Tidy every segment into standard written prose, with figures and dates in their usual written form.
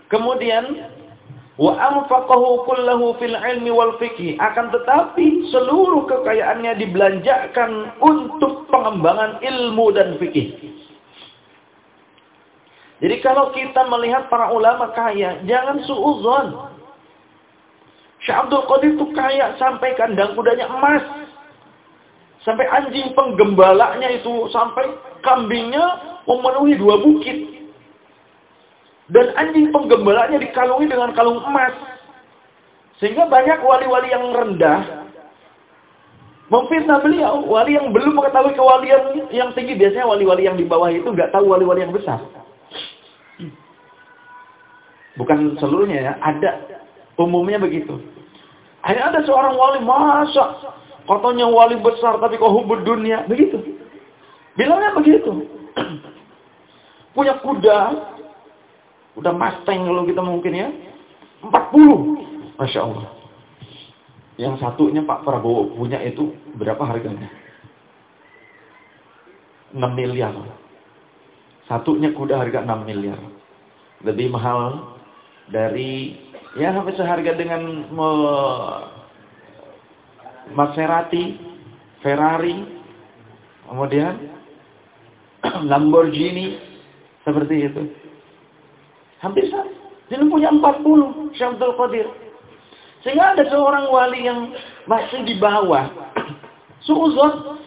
Kemudian wa anfaqahu kullahu fil ilmi wal fiqh, akan tetapi seluruh kekayaannya dibelanjakan untuk pengembangan ilmu dan fikih. Jadi kalau kita melihat para ulama kaya, jangan suudzon. Syekh Abdul Qadir itu kaya sampai kandang kudanya emas. Sampai anjing penggembalanya itu, sampai kambingnya memenuhi 2 bukit. Dan anjing penggembalanya dikalungi dengan kalung emas. Sehingga banyak wali-wali yang rendah memfitnah beliau. Wali yang belum mengetahui kewalian yang tinggi. Biasanya wali-wali yang di bawah itu nggak tahu wali-wali yang besar. Bukan seluruhnya ya, ada. Umumnya begitu. Hanya ada seorang wali, masa katanya wali besar tapi kok hubud dunia. Begitu. Bilangnya begitu. Punya kuda Mustang kalau kita mungkin ya. 40. Masya Allah. Yang satunya Pak Prabowo punya itu berapa harganya? 6 miliar. Satunya kuda harga 6 miliar. Lebih mahal dari, ya hampir seharga dengan Maserati, Ferrari, kemudian Lamborghini, seperti itu. Hampir sama. Dia punya 40, Syekh Abdul Qadir. Sehingga ada seorang wali yang masih di bawah. Suudzon.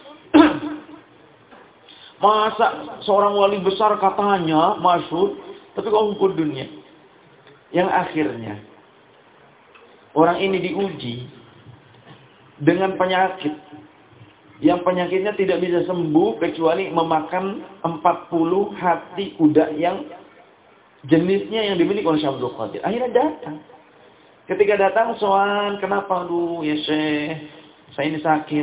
Masa seorang wali besar katanya masyhur, tapi kok hukum dunia. Yang akhirnya orang ini diuji dengan penyakit. Yang penyakitnya tidak bisa sembuh kecuali memakan 40 hati kuda yang jenisnya yang dimiliki oleh Syekh Abdul Qadir. Akhirnya datang. Ketika datang, soal kenapa lu ya Syekh? Saya ini sakit.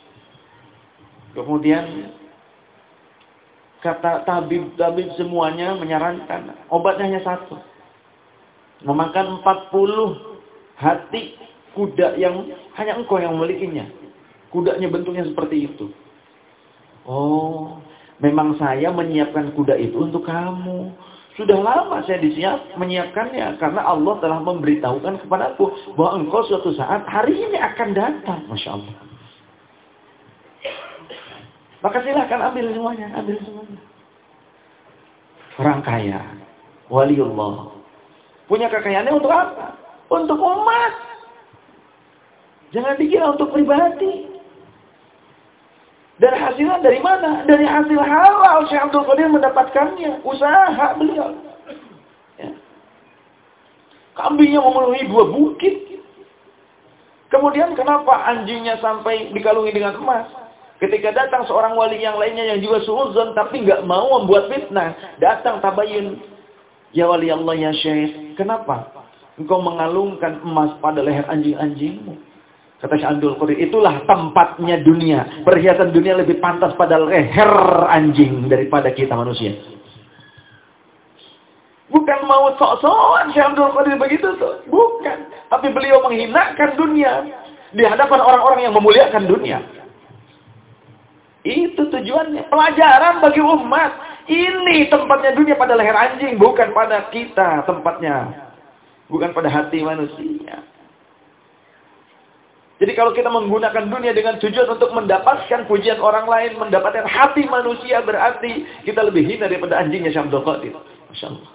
Kemudian kata tabib semuanya menyarankan obatnya hanya satu. Memakan 40 hati kuda yang hanya engkau yang memilikinya. Kudanya bentuknya seperti itu. Oh, memang saya menyiapkan kuda itu untuk kamu. Sudah lama saya menyiapkannya karena Allah telah memberitahukan kepadaku bahwa engkau suatu saat hari ini akan datang. Masya Allah. Maka silakan ambil semuanya. Orang kaya, waliullah, punya kekayaannya untuk apa? Untuk umat. Jangan dikira untuk pribadi. Dan hasilnya dari mana? Dari hasil halal Syekh Abdul Qadir mendapatkannya. Usaha beliau. Ya. Kambingnya memenuhi 2 bukit. Kemudian kenapa anjingnya sampai dikalungi dengan emas? Ketika datang seorang wali yang lainnya yang juga suudzon tapi nggak mau membuat fitnah. Datang tabayun. Ya wali Allah ya Syekh. Kenapa? Engkau mengalungkan emas pada leher anjing-anjingmu. Kata Syekh Abdul Qadir, itulah tempatnya dunia. Perhiasan dunia lebih pantas pada leher anjing daripada kita manusia. Bukan mau sok-sokan Syekh Abdul Qadir begitu tuh. Bukan. Tapi beliau menghinakan dunia di hadapan orang-orang yang memuliakan dunia. Itu tujuannya. Pelajaran bagi umat. Ini tempatnya dunia pada leher anjing. Bukan pada kita tempatnya. Bukan pada hati manusia. Jadi kalau kita menggunakan dunia dengan tujuan untuk mendapatkan pujian orang lain, mendapatkan hati manusia, berarti kita lebih hina daripada anjingnya Syekh Abdul Qadir. Masya Allah.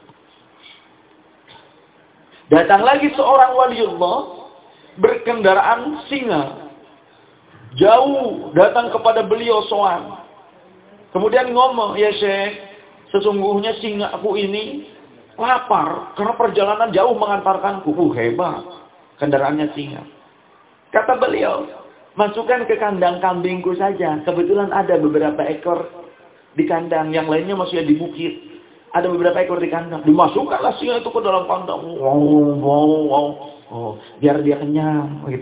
Datang lagi seorang waliullah berkendaraan singa. Jauh datang kepada beliau soal. Kemudian ngomong, ya Syekh, sesungguhnya singa aku ini lapar karena perjalanan jauh mengantarkanku. Hebat. Kendaraannya singa. Kata beliau, masukkan ke kandang kambingku saja. Kebetulan ada beberapa ekor di kandang. Yang lainnya masih di bukit. Ada beberapa ekor di kandang. Dimasukkanlah singa itu ke dalam kandang. Oh, biar dia kenyang. Gitu.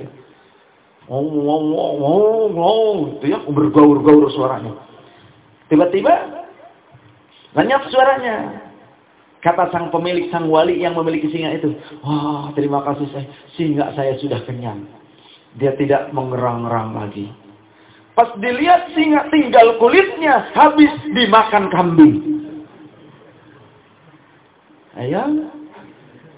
Gitu ya. Bergaur-gaur suaranya. Tiba-tiba, lenyap suaranya. Kata sang pemilik, sang wali yang memiliki singa itu. Wah, terima kasih singa saya sudah kenyang. Dia tidak mengerang-erang lagi. Pas dilihat singa tinggal kulitnya, habis dimakan kambing. Ayo.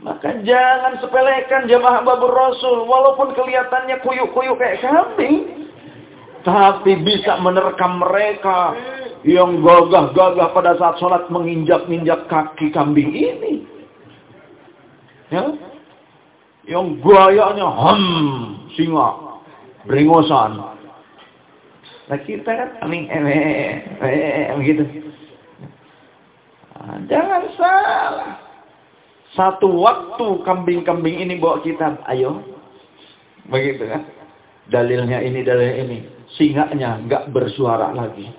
Maka jangan sepelekan jamaah Babur Rasul. Walaupun kelihatannya kuyuk-kuyuk kayak kambing. Tapi bisa menerkam mereka yang gagah-gagah pada saat sholat menginjak-injak kaki kambing ini. Ya, yang gayanya singa, beringosan. Nah kita kan begitu. Nah, jangan salah. Satu waktu kambing-kambing ini bawa kita, ayo, begitu kan? Dalilnya ini, dalilnya ini. Singanya nggak bersuara lagi,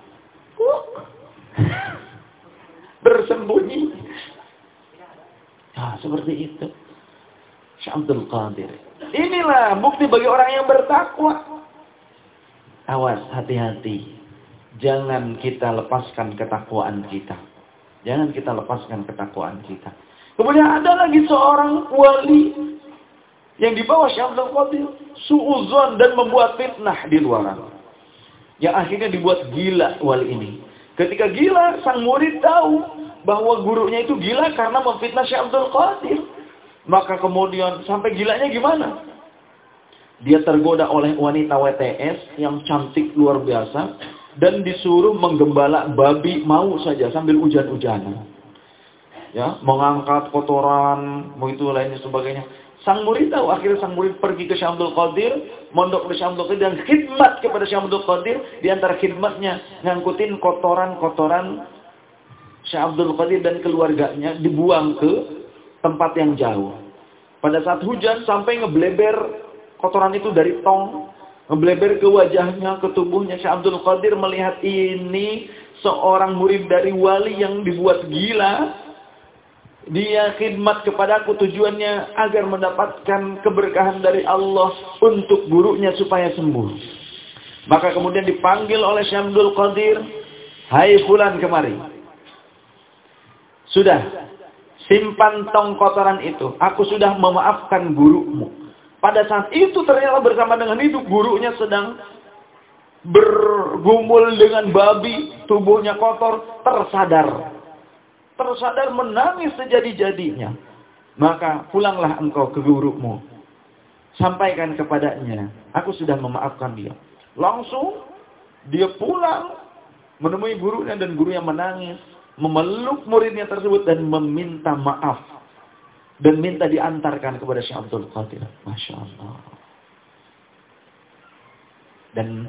bersembunyi. Nah, seperti itu. Syekh Abdul Qadir. Inilah bukti bagi orang yang bertakwa. Awas, hati-hati. Jangan kita lepaskan ketakwaan kita. Jangan kita lepaskan ketakwaan kita. Kemudian ada lagi seorang wali yang dibawa Syekh Abdul Qadir, suudzon dan membuat fitnah di luaran. Yang akhirnya dibuat gila wali ini. Ketika gila, sang murid tahu bahwa gurunya itu gila karena memfitnah Syekh Abdul Qadir. Maka kemudian sampai gilanya gimana? Dia tergoda oleh wanita WTS yang cantik luar biasa dan disuruh menggembala babi mau saja sambil hujan-hujanan. Ya, mengangkat kotoran, begitu lainnya sebagainya. Sang murid tahu, akhirnya sang murid pergi ke Syekh Abdul Qadir, mondok ke Syekh Abdul Qadir dan khidmat kepada Syekh Abdul Qadir. Di antara khidmatnya ngangkutin kotoran-kotoran Syekh Abdul Qadir dan keluarganya dibuang ke tempat yang jauh. Pada saat hujan sampai ngebleber kotoran itu dari tong, ngebleber ke wajahnya, ke tubuhnya. Syekh Abdul Qadir melihat ini seorang murid dari wali yang dibuat gila. Dia khidmat kepadaku tujuannya agar mendapatkan keberkahan dari Allah untuk gurunya supaya sembuh. Maka kemudian dipanggil oleh Syekh Abdul Qadir, "Hai fulan, kemari. Sudah, simpan tong kotoran itu. Aku sudah memaafkan gurumu." Pada saat itu ternyata bersama dengan itu gurunya sedang bergumul dengan babi, tubuhnya kotor, tersadar menangis sejadi-jadinya. Maka pulanglah engkau ke gurumu. Sampaikan kepadanya, aku sudah memaafkan dia. Langsung dia pulang menemui gurunya dan gurunya menangis, memeluk muridnya tersebut dan meminta maaf. Dan minta diantarkan kepada Syekh Abdul Qadir. Masya Allah. Dan